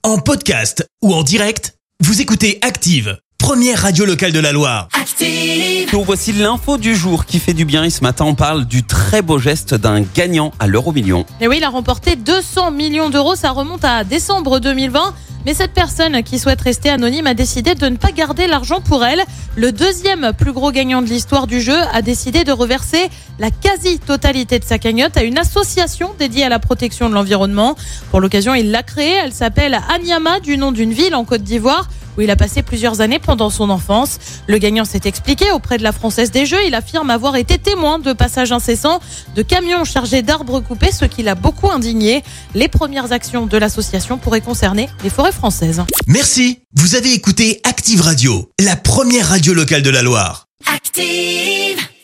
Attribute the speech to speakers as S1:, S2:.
S1: En podcast ou en direct, vous écoutez Active, première radio locale de la Loire.
S2: Active. Donc voici l'info du jour qui fait du bien. Et ce matin, on parle du très beau geste d'un gagnant à l'euro-million.
S3: Et oui, il a remporté 200 millions d'euros. Ça remonte à décembre 2020. Mais cette personne qui souhaite rester anonyme a décidé de ne pas garder l'argent pour elle. Le deuxième plus gros gagnant de l'histoire du jeu a décidé de reverser la quasi-totalité de sa cagnotte à une association dédiée à la protection de l'environnement. Pour l'occasion, il l'a créée. Elle s'appelle Anyama, du nom d'une ville en Côte d'Ivoire, où il a passé plusieurs années pendant son enfance. Le gagnant s'est expliqué auprès de la Française des Jeux. Il affirme avoir été témoin de passages incessants de camions chargés d'arbres coupés, ce qui l'a beaucoup indigné. Les premières actions de l'association pourraient concerner les forêts françaises.
S1: Merci. Vous avez écouté Active Radio, la première radio locale de la Loire.
S4: Active.